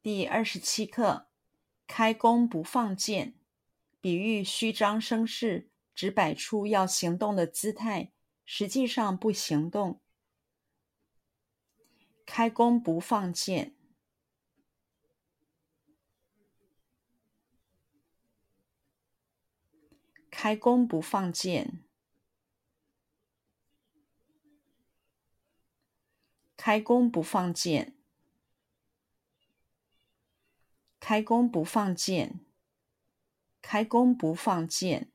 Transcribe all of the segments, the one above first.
第27课，开弓不放箭，比喻虚张声势，只摆出要行动的姿态，实际上不行动。开弓不放箭，开弓不放箭，开弓不放箭，开弓不放箭，开弓不放箭，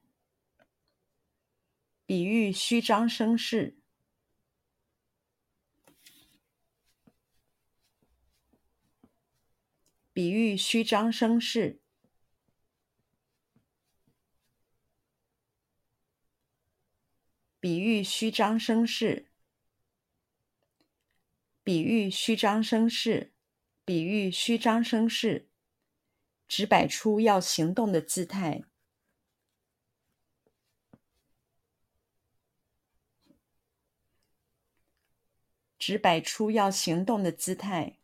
比喻虚张声势，比喻虚张声势，比喻虚张声势，比喻虚张声势，比喻虚张声势，只摆出要行动的姿态。只摆出要行动的姿态。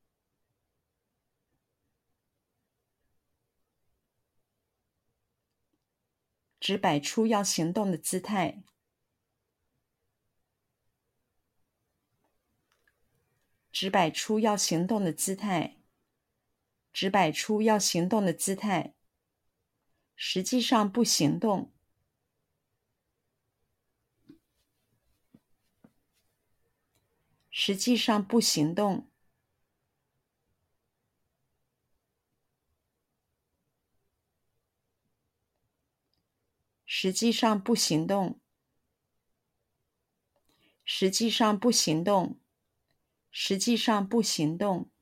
只摆出要行动的姿态。只摆出要行动的姿态。只摆出要行动的姿态。实际上不行动。实际上不行动。实际上不行动。实际上不行动。实际上不行动。